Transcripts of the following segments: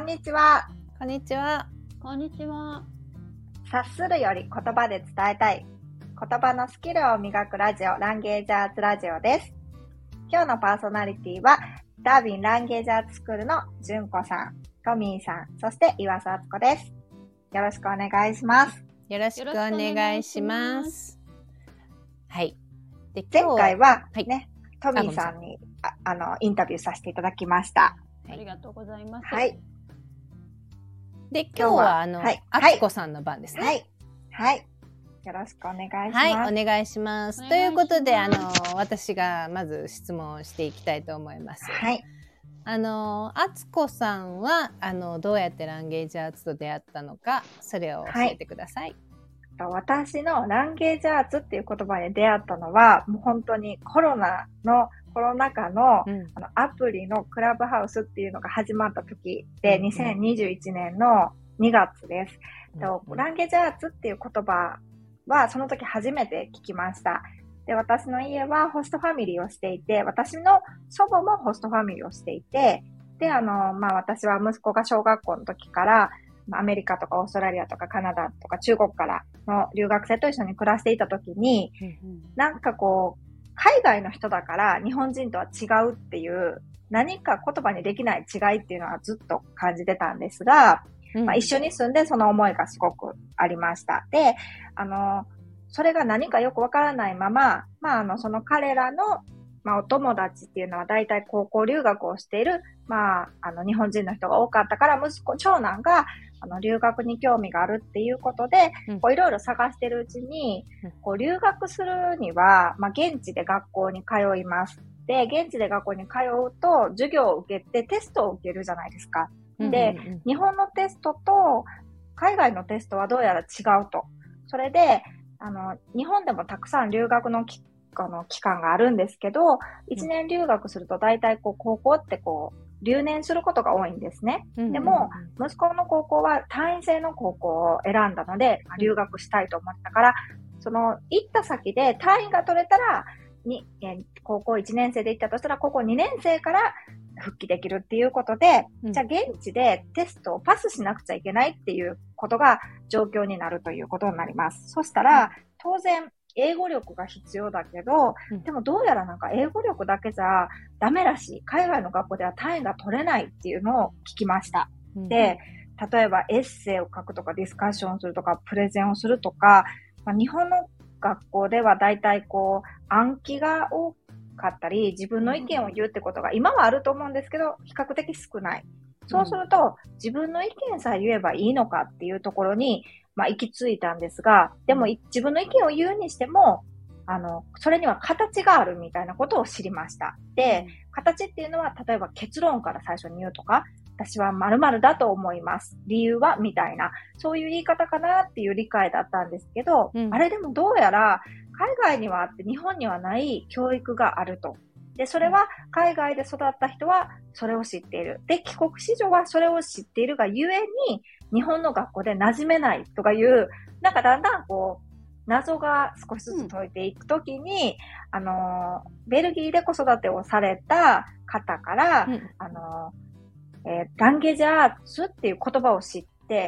んにちは。 こんにちは。 こんにちは。 察するより言葉で伝えたい。言葉のスキルを磨くラジオ、ランゲージアーツラジオです。今日のパーソナリティは、ダービンランゲージアーツスクールのじゅんこさん、トミーさん、そして岩佐敦子です。よろしくお願いします。 よろしくお願いします。はい。 で、前回はね、 はい、 トミーさんにインタビューさせていただきました。 ありがとうございます。 はい。 で、今日は敦子さんの番ですね。 はい。はい。よろしくお願いします。 はい、お願いします。ということで、私がまず質問をしていきたいと思います。 はい。 敦子さんは、どうやってランゲージアーツと出会ったのか、それを教えてください。 私のランゲージアーツっていう言葉に出会ったのは、もう本当にコロナ禍の、アプリのクラブハウスっていうのが始まった時で、2021年の2月です。ランゲージアーツっていう言葉はその時初めて聞きました。で、私の家はホストファミリーをしていて、私の祖母もホストファミリーをしていて、で、私は息子が小学校の時から、アメリカとかオーストラリアとかカナダとか中国からの留学生と一緒に暮らしていた時に、なんかこう、海外の人だから日本人とは違うっていう、何か言葉にできない違いっていうのはずっと感じてたんですが、一緒に住んでその思いがすごくありました。で、それが何かよくわからないまま、その彼らの、お友達っていうのは大体高校留学をしている、日本人の人が多かったから、長男が、留学に興味があるっていうことで、いろいろ探してるうちに、留学するには、現地で学校に通います。で、現地で学校に通うと、授業を受けてテストを受けるじゃないですか。で、日本のテストと海外のテストはどうやら違うと。それで、日本でもたくさん留学の期間があるんですけど、1年留学すると大体高校って留年することが多いんですね。でも、息子の高校は単位制の高校を選んだので、留学したいと思ったから、行った先で単位が取れたら、高校1年生で行ったとしたら、高校2年生から復帰できるっていうことで、じゃあ現地でテストをパスしなくちゃいけないっていうことが状況になるということになります。そしたら、当然、英語力が必要だけど、でもどうやらなんか英語力だけじゃダメらしい。海外の学校では単位が取れないっていうのを聞きました。で、例えばエッセイを書くとかディスカッションするとかプレゼンをするとか、日本の学校では大体暗記が多かったり、自分の意見を言うってことが今はあると思うんですけど、比較的少ない。そうすると、自分の意見さえ言えばいいのかっていうところに、行き着いたんですが、でも自分の意見を言うにしても、それには形があるみたいなことを知りました。で、形っていうのは、例えば結論から最初に言うとか、私は〇〇だと思います。理由はみたいな、そういう言い方かなっていう理解だったんですけど、あれでもどうやら、海外にはあって日本にはない教育があると。で、それは海外で育った人はそれを知っている。で、帰国子女はそれを知っているがゆえに、日本の学校で馴染めないとかいう、なんかだんだん謎が少しずつ解いていくときに、ベルギーで子育てをされた方から、ランゲージアーツっていう言葉を知って、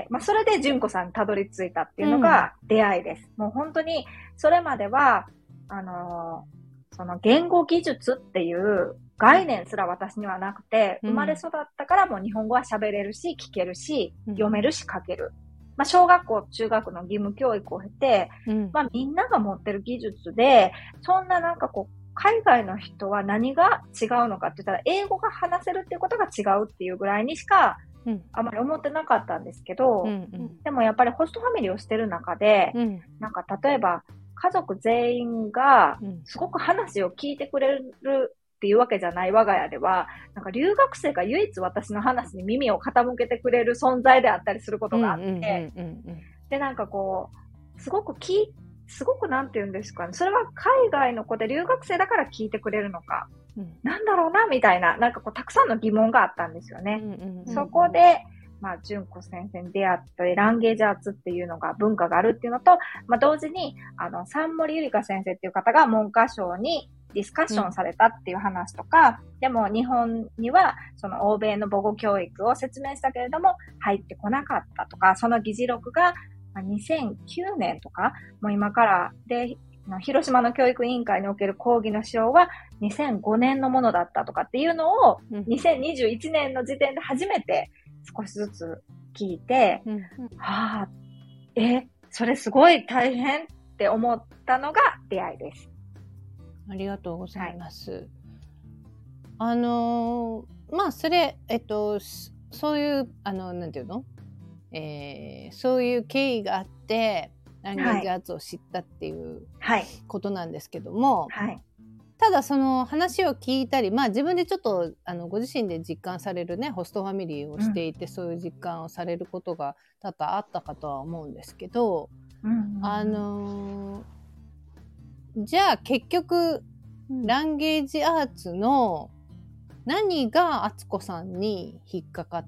それで純子さんにたどり着いたっていうのが出会いです。もう本当に、それまでは、その言語技術っていう概念すら私にはなくて、生まれ育ったからもう日本語は喋れるし、聞けるし、読めるし、書ける。小学校、中学の義務教育を経て、みんなが持ってる技術で、そんななんか海外の人は何が違うのかって言ったら、英語が話せるっていうことが違うっていうぐらいにしか、あまり思ってなかったんですけど、でもやっぱりホストファミリーをしてる中で、なんか例えば、家族全員がすごく話を聞いてくれるっていうわけじゃない我が家では、なんか留学生が唯一私の話に耳を傾けてくれる存在であったりすることがあって、で、なんかすごくなんて言うんですかね、それは海外の子で留学生だから聞いてくれるのか、なんだろうな、みたいな、なんかたくさんの疑問があったんですよね。そこで、 純子先生に出会ったランゲージアーツっていうのが文化があるっていうのと、同時に、三森ゆりか先生っていう方が文科省にディスカッションされたっていう話とか、でも日本にはその欧米の母語教育を説明したけれども入ってこなかったとか、その議事録が2009年とか、もう今からで、広島の教育委員会における講義の使用は2005年のものだったとかっていうのを2021年の時点で初めて少しずつ聞いて、それすごい大変って思ったのが出会いです。 ありがとうございます。それ、そういう、なんていうの？そういう経緯があって、ランゲージアーツを知ったっていうことなんですけども、ただその話を聞いたり、自分でちょっとご自身で実感されるね、ホストファミリーをしていて、そういう実感をされることが多々あったかとは思うんですけど、じゃあ結局、ランゲージアーツの何が敦子さんに引っかかった、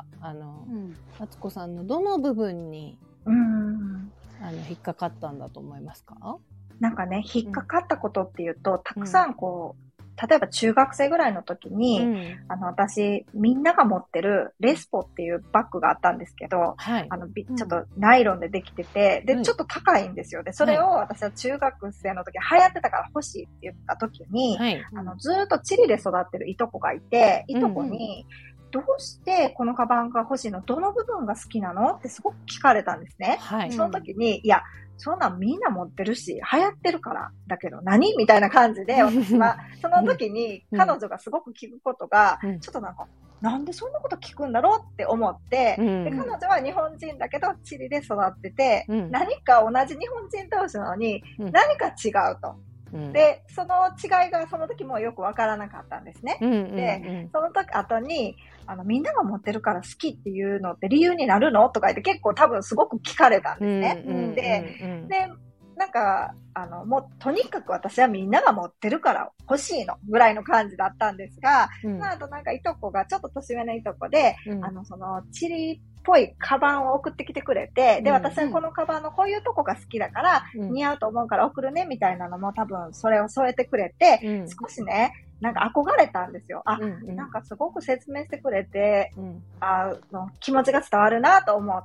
敦子さんのどの部分に引っかかったんだと思いますか？ なんかね、引っかかったことっていうと、たくさん例えば中学生ぐらいの時に、私、みんなが持ってるレスポっていうバッグがあったんですけど、ちょっとナイロンでできてて、で、ちょっと高いんですよ。で、それを私は中学生の時流行ってたから欲しいって言った時に、ずーっとチリで育ってるいとこがいて、いとこに、どうしてこのカバンが欲しいの？どの部分が好きなの？ってすごく聞かれたんですね。その時に、いや、そんなんみんな持ってるし、流行ってるから。だけど何？みたいな感じで、私は、その時に彼女がすごく聞くことが、ちょっとなんでそんなこと聞くんだろうって思って、で、彼女は日本人だけど、チリで育ってて、何か同じ日本人同士なのに、何か違うと。で、その違いがその時もよくわからなかったんですね。で、その後に、みんなが持ってるから好きっていうのって理由になるのとか言って結構多分すごく聞かれたんですね。で、なんか、もうとにかく私はみんなが持ってるから欲しいのぐらいの感じだったんですが、あとなんかいとこがちょっと年上のいとこで、そのチリっぽいカバンを送ってきてくれて、で、私はこのカバンのこういうとこが好きだから、似合うと思うから送るねみたいなのも多分それを添えてくれて、少しね、なんか憧れたんですよ。なんかすごく説明してくれて、気持ちが伝わるなと思って、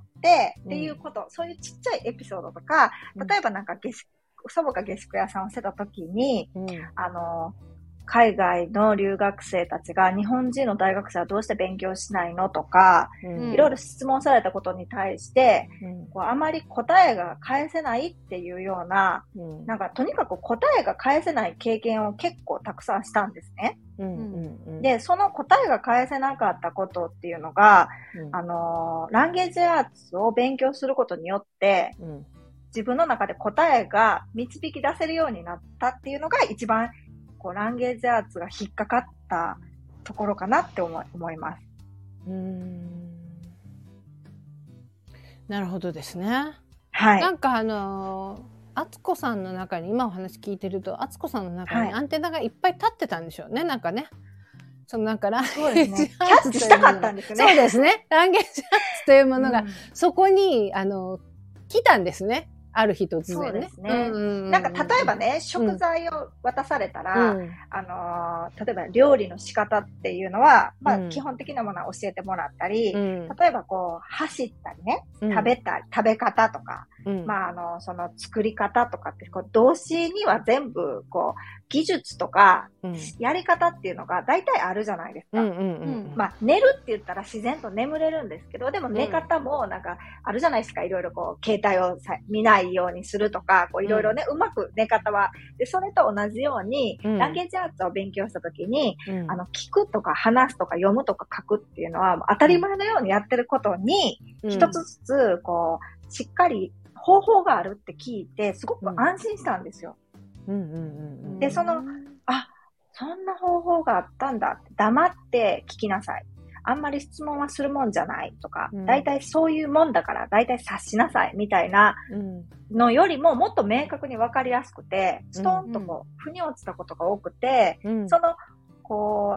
っていうこと、そういうちっちゃいエピソードとか、例えばなんか祖母が下宿屋さんをしてた時に、海外の留学生たちが日本人の大学生はどうして勉強しないのとか、いろいろ質問されたことに対して、あまり答えが返せないっていうような、なんかとにかく答えが返せない経験を結構たくさんしたんですね。で、その答えが返せなかったことっていうのが、ランゲージアーツを勉強することによって、自分の中で答えが導き出せるようになったっていうのが一番ランゲージアーツが引っかかったところかなって思います。 なるほどですね。なんか敦子さんの中に今お話聞いてると敦子さんの中にアンテナがいっぱい立ってたんでしょうね。なんかね。そのなんかランゲージアーツキャッチしたかったんですね。 そうですね。ランゲージアーツというものがそこに来たんですね。ある日突然ね。 そうですね。なんか例えばね、食材を渡されたら、例えば料理の仕方っていうのは、基本的なものは教えてもらったり、例えば走ったりね、食べ方とか、その作り方とかって、動詞には全部、技術とか、やり方っていうのが大体あるじゃないですか。寝るって言ったら自然と眠れるんですけど、でも寝方もなんかあるじゃないですか。いろいろ携帯を見ないようにするとか、いろいろね、うまく寝方は。で、それと同じように、ランゲージアーツを勉強したときに、聞くとか話すとか読むとか書くっていうのは、当たり前のようにやってることに、一つずつ、しっかり方法があるって聞いて、すごく安心したんですよ。で、そんな方法があったんだって、黙って聞きなさい。あんまり質問はするもんじゃないとか、だいたいそういうもんだからだいたい察しなさいみたいなのよりももっと明確に分かりやすくて、ストーンと腑に落ちたことが多くて、その、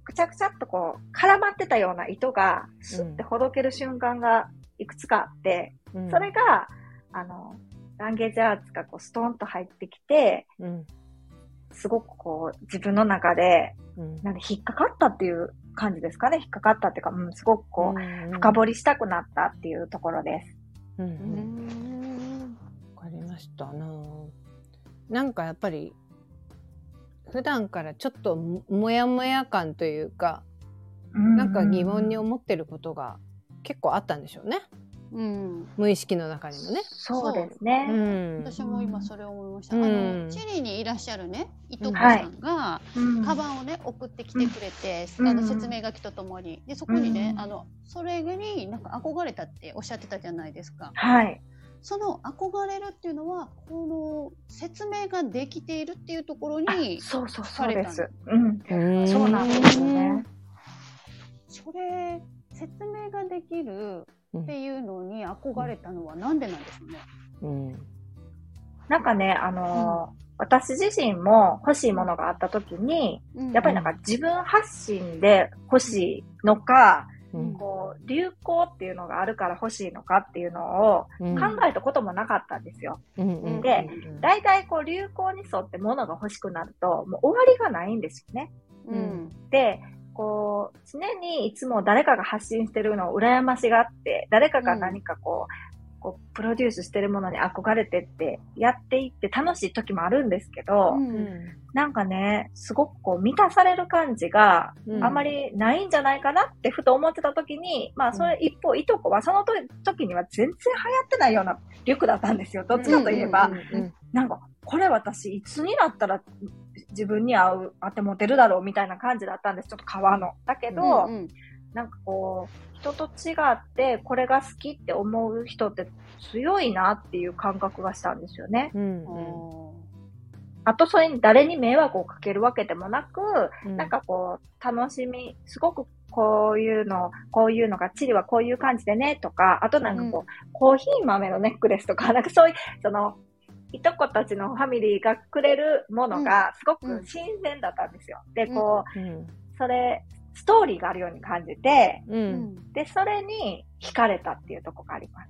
くちゃくちゃっとこう絡まってたような糸がスッてほどける瞬間がいくつかあって、それがランゲージアーツがこうストーンと入ってきて、すごくこう自分の中で、なんで引っかかったっていう感じですかね。引っかかったっていうか、すごくこう、深掘りしたくなったっていうところです。 わかりましたなんかやっぱり普段からちょっともやもや感というか、なんか疑問に思ってることが結構あったんでしょうね。無意識の中にもね。 そうですね。 私も今それを思いました。チリにいらっしゃるね、いとこさんが、カバンをね送ってきてくれて、説明書きとともに、でそこにね、それになんか憧れたっておっしゃってたじゃないですか。 はい。 その憧れるっていうのは、この説明ができているっていうところにそうです。そうなんですよね。 それ説明ができるっていうのに憧れたのはなんでなんですかね。 なんかね、私自身も欲しいものがあった時に、やっぱりなんか自分発信で欲しいのか、こう流行っていうのがあるから欲しいのかっていうのを考えたこともなかったんですよ。で、大体こう流行に沿って物が欲しくなると、もう終わりがないんですよね。で、こう、常にいつも誰かが発信してるのを羨ましがって、誰かが何かこうプロデュースしてるものに憧れてってやっていって楽しい時もあるんですけど、なんかね、すごくこう満たされる感じがあまりないんじゃないかなってふと思ってた時に、それ一方、いとこはその時には全然流行ってないようなリュックだったんですよ。どっちかといえば。なんか、これ私いつになったら自分に当て持てるだろうみたいな感じだったんです。ちょっと革の。だけど、なんかこう、人と違ってこれが好きって思う人って強いなっていう感覚がしたんですよね。あとそれに誰に迷惑をかけるわけでもなく、なんかこう、楽しみ、すごくこういうのが、チリはこういう感じでね、とか、あとなんかこう、コーヒー豆のネックレスとか、なんかそういう、いとこたちのファミリーがくれるものがすごく新鮮だったんですよ。で、こう、それ、ストーリーがあるように感じて、で、それに惹かれたっていうところがあります。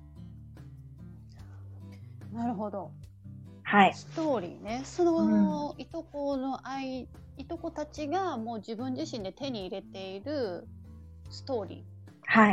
なるほど。 はい。 ストーリーね。その、いとこたちがもう自分自身で手に入れているストーリー。 はい。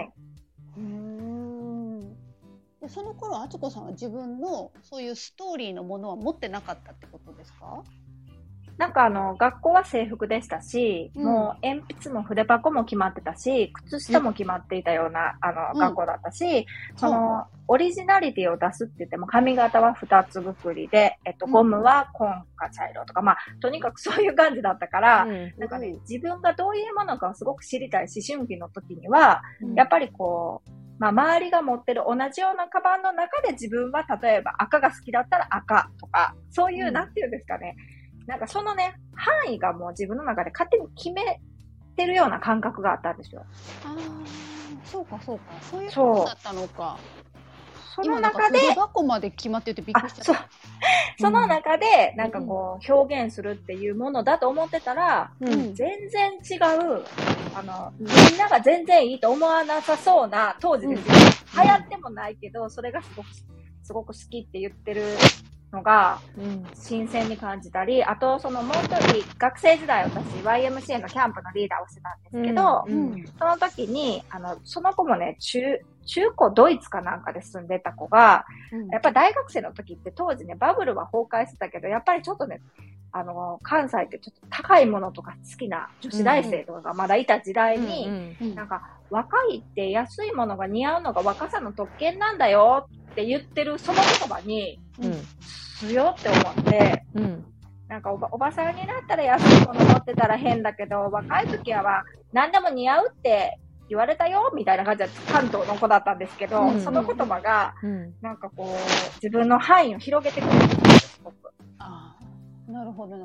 でその頃、あつこさんは自分のそういうストーリーのものは持ってなかったってことですか？ なんか学校は制服でしたし、もう鉛筆も筆箱も決まってたし、靴下も決まっていたような、学校だったし、オリジナリティを出すって言っても、髪型は二つくりで、ゴムは紺か茶色とか、とにかくそういう感じだったから、なんかね、自分がどういうものかをすごく知りたい思春期の時には、やっぱりこう、周りが持ってる同じようなカバンの中で自分は例えば赤が好きだったら赤とか、そういう、なんていうんですかね、なんかそのね、範囲がもう自分の中で勝手に決めてるような感覚があったんですよ。 そうか。そういうことだったのか。 その中で、 筆箱まで決まっててびっくりしちゃった。 その中で、なんかこう、表現するっていうものだと思ってたら、全然違う、みんなが全然いいと思わなさそうな当時ですよ。流行ってもないけど、それがすごく好きって言ってるのが新鮮に感じたり、あともう一人学生時代私 YMCA のキャンプのリーダーをしてたんですけど、その時にその子もね中高ドイツかなんかで住んでた子が、やっぱり大学生の時って当時ねバブルは崩壊してたけど、やっぱりちょっとね関西ってちょっと高いものとか好きな女子大生とかがまだいた時代に、なんか若いって安いものが似合うのが若さの特権なんだよって言ってるその言葉に、強って思って、なんかおばさんになったら安いもの持ってたら変だけど、若い時は何でも似合うって言われたよみたいな感じで関東の子だったんですけど、その言葉が、なんかこう自分の範囲を広げてくれるんですよ、すごく。 なるほど。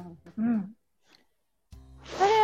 それ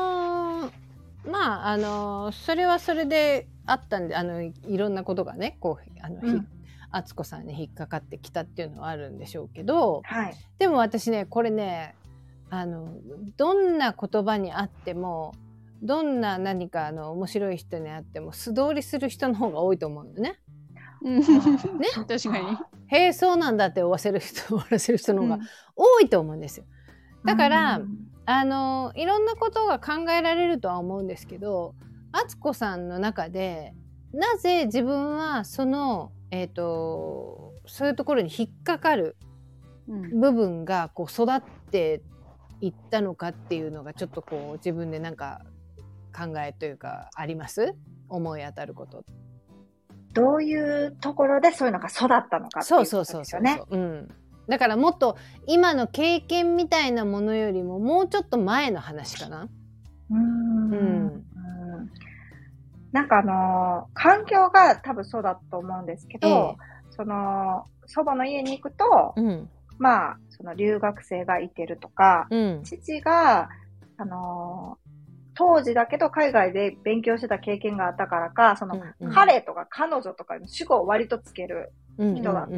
それはそれであったんで、いろんなことがねこうあつこさんに引っかかってきたっていうのはあるんでしょうけど、でも私ねこれねどんな言葉にあってもどんな何か面白い人に会っても素通りする人の方が多いと思うのね。 ね、確かに。 へえ、そうなんだって終わらせる人の方が多いと思うんですよ。だから、いろんなことが考えられるとは思うんですけど、敦子さんの中でなぜ自分はその、そういうところに引っかかる部分がこう育っていったのかっていうのがちょっとこう自分でなんか考えというかあります？思い当たること。 どういうところでそういうのが育ったのかっていうことですよね。 だからもっと今の経験みたいなものよりももうちょっと前の話かな。 なんか環境が多分そうだと思うんですけど、その祖母の家に行くと、まあその留学生がいてるとか、父が当時だけど海外で勉強してた経験があったからか、その彼とか彼女とかの主語を割とつける人だって、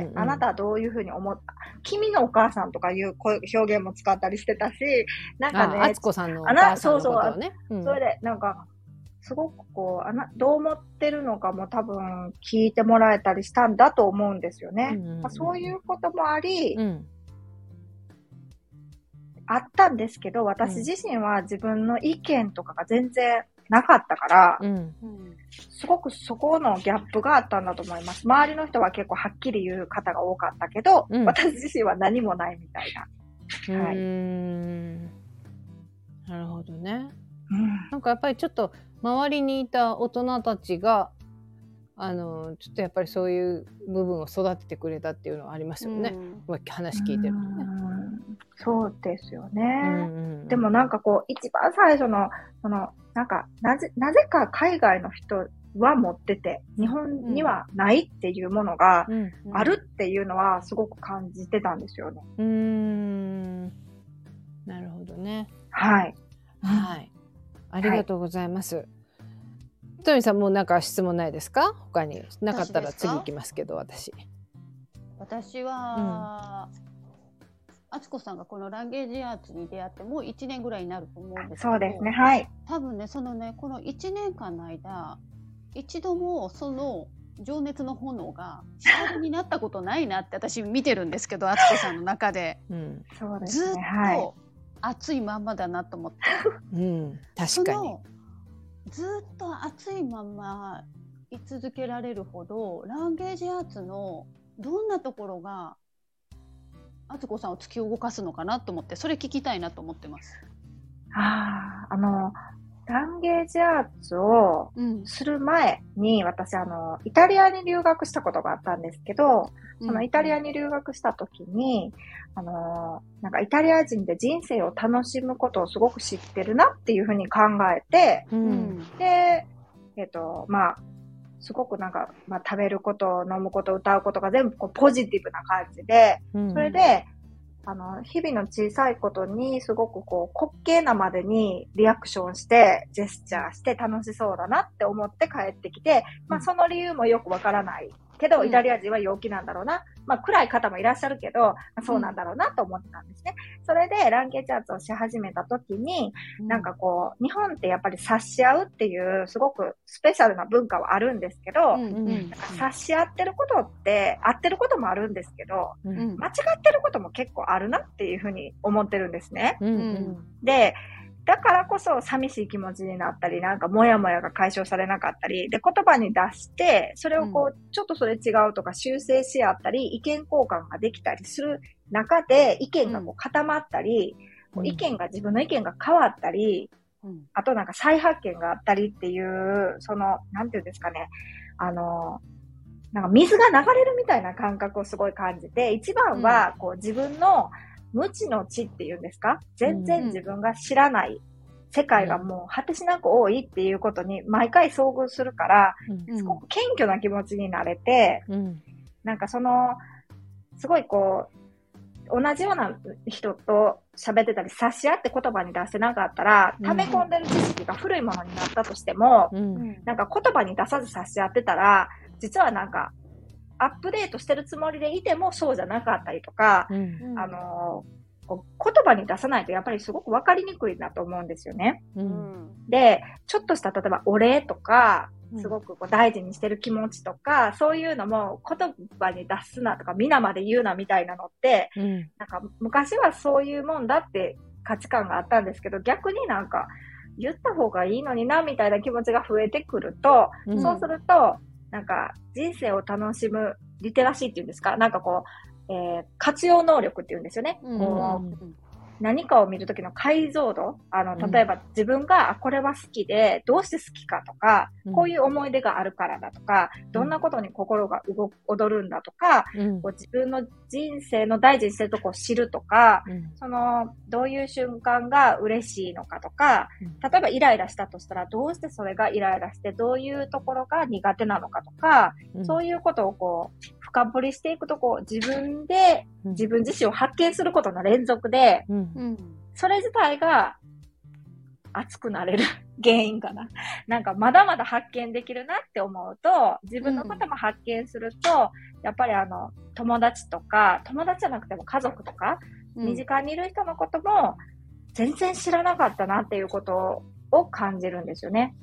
あなたはどういうふうに思った、君のお母さんとかいう表現も使ったりしてたし、なんかね、 敦子さんのお母さんのことをね。 それでなんかすごくこうどう思ってるのかも多分聞いてもらえたりしたんだと思うんですよね。そういうこともあり、あったんですけど、私自身は自分の意見とかが全然なかったから、すごくそこのギャップがあったんだと思います。周りの人は結構はっきり言う方が多かったけど、私自身は何もないみたいな。 なるほどね。なんかやっぱりちょっと周りにいた大人たちがちょっとやっぱりそういう部分を育ててくれたっていうのはありますよね。話聞いてるとね。 そうですよね。でもなんかこう一番最初のなんかなぜか海外の人は持ってて日本にはないっていうものがあるっていうのはすごく感じてたんですよね。 なるほどね。 はい。 ありがとうございます。トミさんもうなんか質問ないですか？他になかったら次行きますけど、私は、敦子さんがこのランゲージアーツに出会ってもう1年ぐらいになると思うんですけど、 そうですね、はい。 多分ね、この1年間の間、一度もその情熱の炎が光になったことないなって私見てるんですけど、敦子さんの中で、 そうですね、 ずっと熱いまんまだなと思って、 確かにずっと熱いまま居続けられるほどランゲージアーツのどんなところが敦子さんを突き動かすのかなと思って、それ聞きたいなと思ってます。 ランゲージアーツをする前に、私イタリアに留学したことがあったんですけど、そのイタリアに留学した時に、なんかイタリア人で人生を楽しむことをすごく知ってるなっていうふうに考えて、で、まあ、すごくなんか、食べること、飲むこと、歌うことが全部こうポジティブな感じで、それで、日々の小さいことにすごくこう滑稽なまでにリアクションしてジェスチャーして楽しそうだなって思って帰ってきて、その理由もよくわからないけど、イタリア人は陽気なんだろうな、暗い方もいらっしゃるけど、そうなんだろうなと思ってたんですね。それでランゲージアーツをし始めた時に、なんかこう日本ってやっぱり察し合うっていうすごくスペシャルな文化はあるんですけど、察し合ってることって合ってることもあるんですけど、間違ってることも結構あるなっていうふうに思ってるんですね。で、だからこそ寂しい気持ちになったり、なんかモヤモヤが解消されなかったり、で、言葉に出して、それをこう、ちょっとそれ違うとか修正し合ったり、意見交換ができたりする中で、意見がこう固まったり、自分の意見が変わったり、あとなんか再発見があったりっていう、なんていうんですかね、なんか水が流れるみたいな感覚をすごい感じて、一番はこう自分の無知の知っていうんですか、全然自分が知らない世界がもう果てしなく多いっていうことに毎回遭遇するから、すごく謙虚な気持ちになれて、なんかすごいこう、同じような人と喋ってたり、察し合って言葉に出してなかったら、溜め込んでる知識が古いものになったとしても、なんか言葉に出さず察し合ってたら、実はなんか、アップデートしてるつもりでいてもそうじゃなかったりとか、 こう言葉に出さないとやっぱりすごく分かりにくいなと思うんですよね。 うん、 で、ちょっとした例えばお礼とか、すごくこう大事にしてる気持ちとか、そういうのも言葉に出すなとか、皆まで言うなみたいなのって、なんか昔はそういうもんだって価値観があったんですけど、逆になんか言った方がいいのになみたいな気持ちが増えてくると、そうすると、なんか人生を楽しむリテラシーっていうんですか、なんかこう、活用能力っていうんですよね。こう何かを見るときの解像度、例えば自分がこれは好きで、どうして好きかとか、こういう思い出があるからだとか、どんなことに心が躍るんだとか、こう自分の人生の大事にしてるとこを知るとか、どういう瞬間が嬉しいのかとか、例えばイライラしたとしたら、どうしてそれがイライラして、どういうところが苦手なのかとか、そういうことをこう、深掘りしていくとこう、自分で自分自身を発見することの連続で、それ自体が熱くなれる原因かな。なんかまだまだ発見できるなって思うと、自分のことも発見すると、やっぱり友達とか、友達じゃなくても家族とか、身近にいる人のことも全然知らなかったなっていうことを感じるんですよね。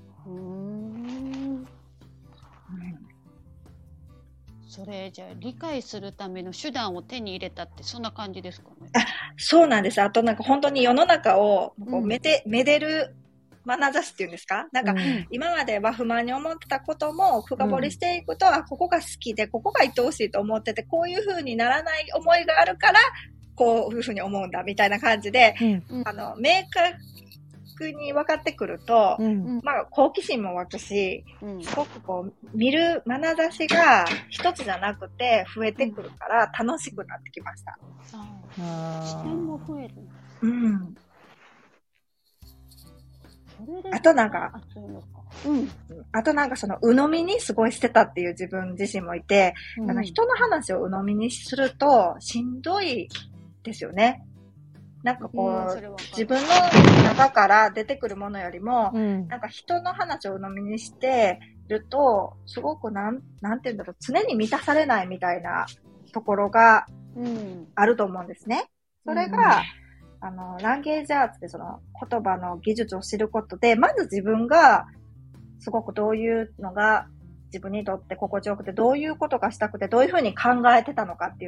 それじゃあ理解するための手段を手に入れたってそんな感じですかね。 そうなんです。あとなんか本当に世の中をこうめでる眼差しっていうんですか、なんか今までは不満に思ってたことも深掘りしていくと、ここが好きでここが愛おしいと思ってて、こういう風にならない思いがあるからこういう風に思うんだみたいな感じで、明確に分かってくると、まあ好奇心も湧くし、すごくこう見る眼差しが一つじゃなくて増えてくるから楽しくなってきました。 視点も増える。 あとなんか、あとなんかその鵜呑みにすごいしてたっていう自分自身もいて、人の話を鵜呑みにするとしんどいですよね。なんかこう、自分の中から出てくるものよりも、なんか人の話を鵜呑みにしてると、すごくなんていうんだろう、常に満たされないみたいなところがあると思うんですね。それが、ランゲージアーツでその言葉の技術を知ることで、まず自分がすごくどういうのが自分にとって心地よくて、どういうことがしたくて、どういうふうに考えてたのかっていう、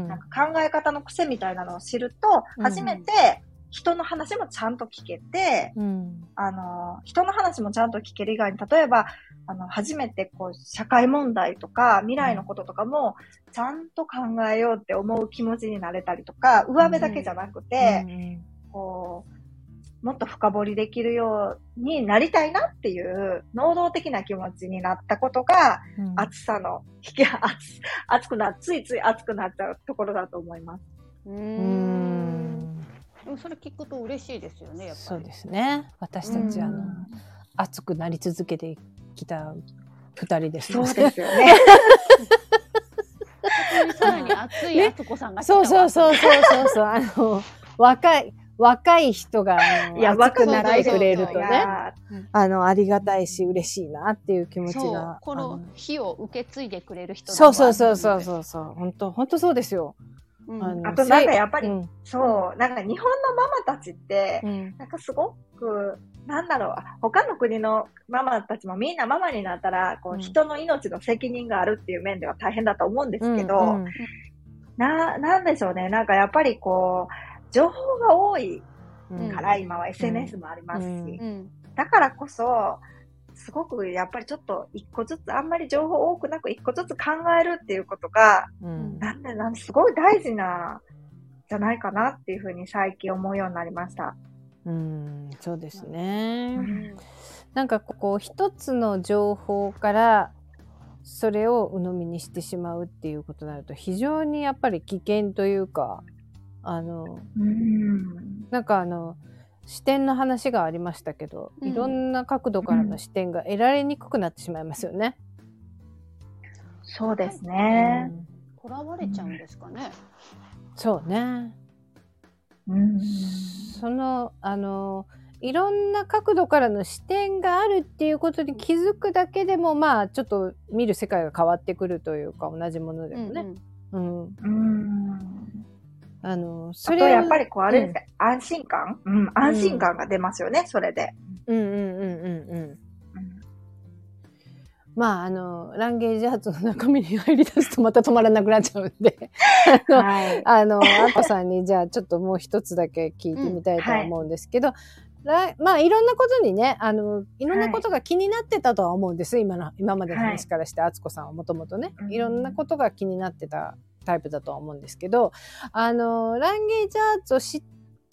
なんか考え方の癖みたいなのを知ると、初めて人の話もちゃんと聞けて、人の話もちゃんと聞ける以外に、例えば、初めてこう、社会問題とか、未来のこととかも、ちゃんと考えようって思う気持ちになれたりとか、上辺だけじゃなくて、こう、もっと深掘りできるようになりたいなっていう能動的な気持ちになったことが、熱さのついつい熱くなっちゃうところだと思います。 でもそれ聞くと嬉しいですよね、やっぱり。 そうですね。私たち熱くなり続けてきた2人ですね。そうですよね。 さらに熱い敦子さんが来たわ。そう。若い人が熱くなってくれるとね、ありがたいし嬉しいなっていう気持ちが。 この火を受け継いでくれる人そう。本当そうですよ。 あとなんかやっぱり、なんか日本のママたちって、なんかすごく、なんだろう、他の国のママたちもみんなママになったら、こう、人の命の責任があるっていう面では大変だと思うんですけど、なんでしょうね、なんかやっぱりこう、情報が多いから、今は SNS もありますし、だからこそ、すごくやっぱりちょっと一個ずつ、あんまり情報多くなく一個ずつ考えるっていうことが、なんですごい大事な、じゃないかなっていうふうに最近思うようになりました。 そうですね。なんかこう一つの情報からそれを鵜呑みにしてしまうっていうことになると非常にやっぱり危険というか、なんか視点の話がありましたけど、いろんな角度からの視点が得られにくくなってしまいますよね。 そうですね。 とらわれちゃうんですかね。 そうね。いろんな角度からの視点があるっていうことに気づくだけでも、まあちょっと見る世界が変わってくるというか、同じものでもね。 それあとやっぱりこうあれですね、安心感安心感が出ますよね、それで。 まあ、ランゲージアーツの中身に入り出すとまた止まらなくなっちゃうんで、あこさんにじゃあちょっともう一つだけ聞いてみたいと思うんですけど、まあ、いろんなことにね、いろんなことが気になってたとは思うんです。今までの話からして、敦子さんはもともとね、いろんなことが気になってたタイプだとは思うんですけど、ランゲージアーツを知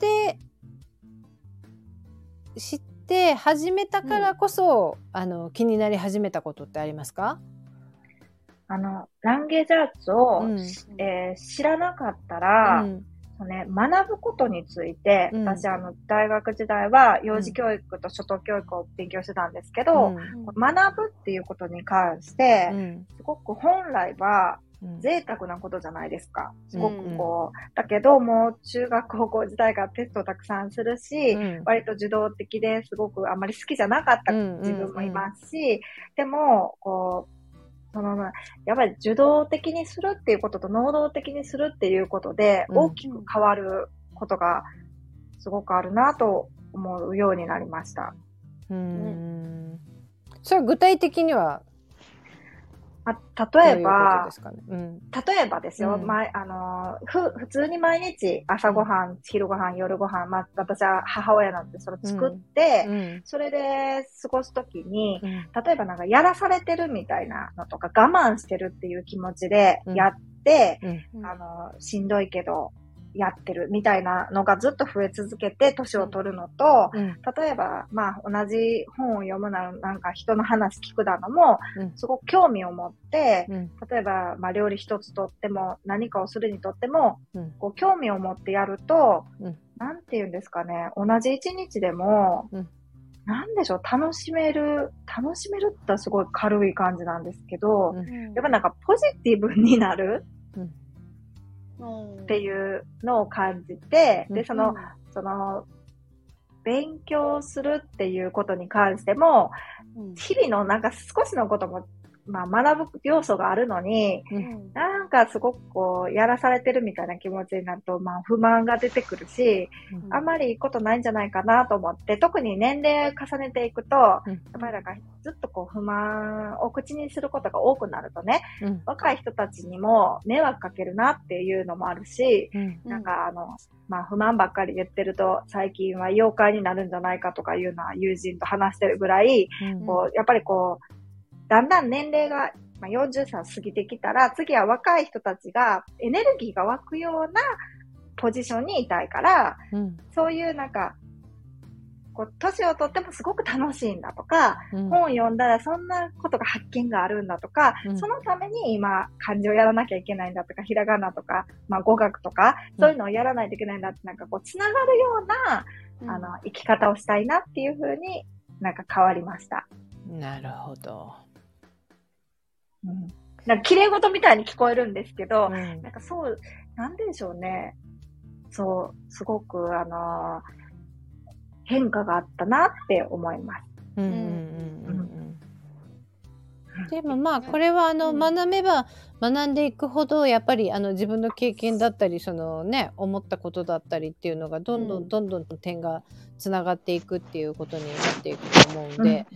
って始めたからこそ、気になり始めたことってありますか？ ランゲージアーツを、知らなかったら、学ぶことについて、私、大学時代は幼児教育と初等教育を勉強してたんですけど、学ぶっていうことに関して、すごく本来は贅沢なことじゃないですか。すごくだけどもう中学高校時代からテストをたくさんするし、割と受動的ですごくあんまり好きじゃなかった自分もいますし、でも、やっぱり受動的にするっていうことと能動的にするっていうことで大きく変わることがすごくあるなと思うようになりました。 それは具体的には例えばですよ、普通に毎日朝ごはん、昼ごはん、夜ごはん、私は母親なんでそれ作って、それで過ごすときに、例えばなんかやらされてるみたいなのとか我慢してるっていう気持ちでやって、しんどいけどやってるみたいなのがずっと増え続けて年を取るのと、例えば同じ本を読むならなんか人の話聞くだのも、すごく興味を持って、例えば料理一つとっても何かをするにとっても、こう興味を持ってやると、なんて言うんですかね、同じ一日でも、なんでしょう、楽しめるってすごい軽い感じなんですけど、やっぱなんかポジティブになるっていうのを感じて、で、その、勉強するっていうことに関しても、日々のなんか少しのことも、学ぶ要素があるのに、なんかすごくこう、やらされてるみたいな気持ちになると、不満が出てくるし、あんまりいいことないんじゃないかなと思って、特に年齢を重ねていくと、やっぱりなんかずっとこう、不満を口にすることが多くなるとね、若い人たちにも迷惑かけるなっていうのもあるし、なんか不満ばっかり言ってると、最近は妖怪になるんじゃないかとかいうのは友人と話してるぐらい、こう、やっぱりこう、だんだん年齢が40歳過ぎてきたら、次は若い人たちがエネルギーが湧くようなポジションにいたいから、そういうなんか、こう、年をとってもすごく楽しいんだとか、本を読んだらそんなことが発見があるんだとか、そのために今漢字をやらなきゃいけないんだとか、ひらがなとか、語学とか、そういうのをやらないといけないんだって、なんかこう、つながるような、生き方をしたいなっていう風になんか変わりました。 なるほど。 なんか綺麗事みたいに聞こえるんですけど、なんかそう、なんでしょうね。そう、すごく変化があったなって思います。 でもこれは学べば学んでいくほどやっぱり自分の経験だったり思ったことだったりっていうのがどんどん点がつながっていくっていうことになっていくと思うんで、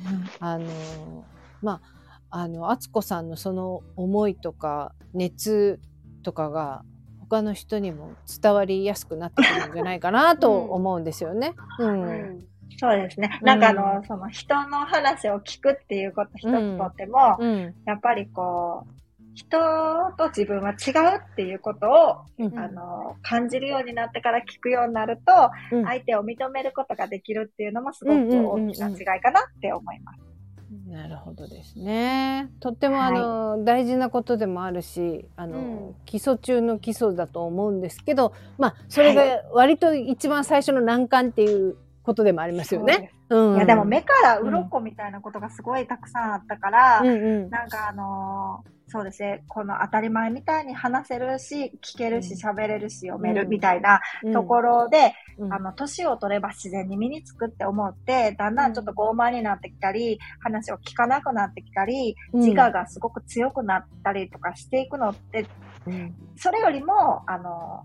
敦子さんのその思いとか熱とかが他の人にも伝わりやすくなってくるんじゃないかなと思うんですよね。 そうですね。なんかその人の話を聞くっていうこと一つとっても、やっぱりこう、人と自分は違うっていうことを、感じるようになってから聞くようになると、相手を認めることができるっていうのもすごく大きな違いかなって思います。 なるほどですね。とっても大事なことでもあるし、基礎中の基礎だと思うんですけど、それが割と一番最初の難関っていうことでもありますよね。 いやでも目から鱗みたいなことがすごいたくさんあったから、なんかそうですね、この当たり前みたいに話せるし、聞けるし、喋れるし、読めるみたいなところで、年を取れば自然に身につくって思って、だんだんちょっと傲慢になってきたり、話を聞かなくなってきたり、自我がすごく強くなったりとかしていくのって、それよりも、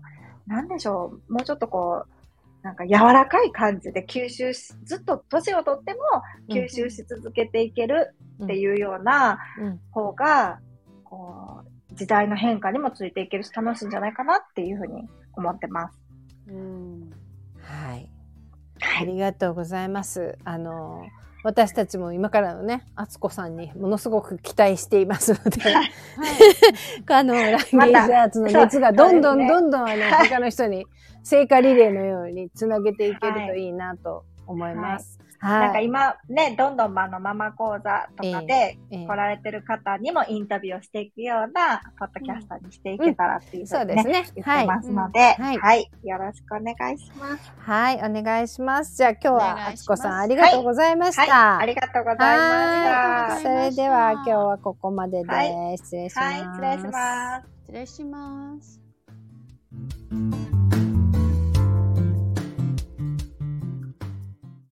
なんでしょう、もうちょっとこう、なんか柔らかい感じでずっと年をとっても吸収し続けていけるっていうような方が、こう、時代の変化にもついていけるし楽しいんじゃないかなっていうふうに思ってます。 はい。ありがとうございます。私たちも今からのね、敦子さんにものすごく期待していますので、ランゲージアーツの熱がどんどん他の人に聖火リレーのようにつなげていけるといいなと思います。 なんか今ね、どんどんママ講座とかで来られてる方にもインタビューをしていくようなポッドキャスターにしていけたらっていうふうにね、言ってますので、はい。よろしくお願いします。 はい、お願いします。じゃあ今日は敦子さんありがとうございました。 ありがとうございました。それでは今日はここまでで失礼します。 失礼します。 失礼します。